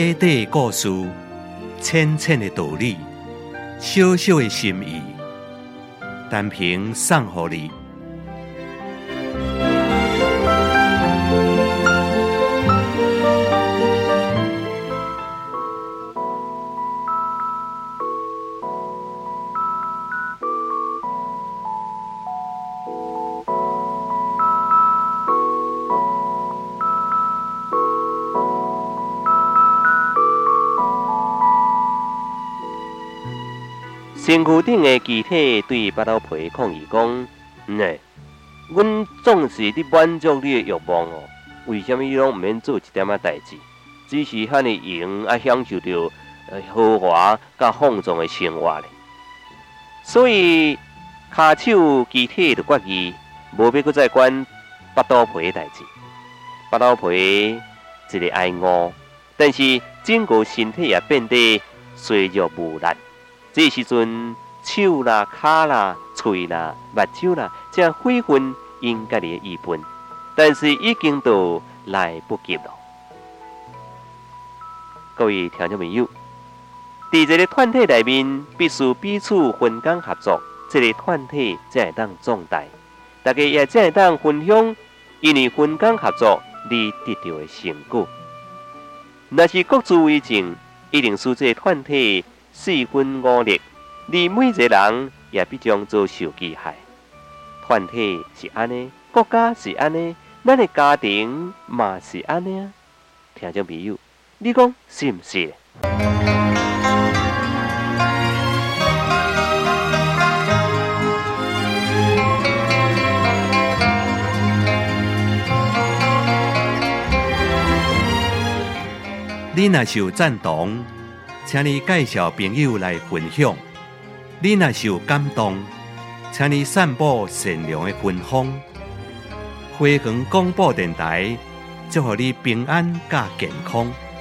短短的故事，浅浅的道理，小小的心意，单凭送予你。 身躯顶的机体对巴豆皮抗议讲：阮总是伫满足你的欲望哦，为什么你拢毋免做一点仔代志？只是遐尼闲享受着豪华甲放纵的生活咧。所以骹手机体就决议，无要搁再管巴豆皮的代志。巴豆皮一个爱饿，但是整个身体也变得衰弱无力。这时阵，手啦、骹啦、喙啦、目睭啦，正悔恨因家己的愚笨，但是已经都来不及了。各位听众朋友，在一个团体内面，必须彼此分工合作，这个团体才会当壮大，大家也才会当分享，因为分工合作而得到的成果。若是各自为政，一定使这个团体四分五裂，而每一个人也必将遭受危害。团体是安尼，国家是安尼，咱的家庭嘛是安尼啊！听众朋友，你讲是毋是？ 你若是有赞同，请你介绍朋友来分享；你若是有感动，请你散布善良的芬芳。花园广播电台，祝福你平安加健康。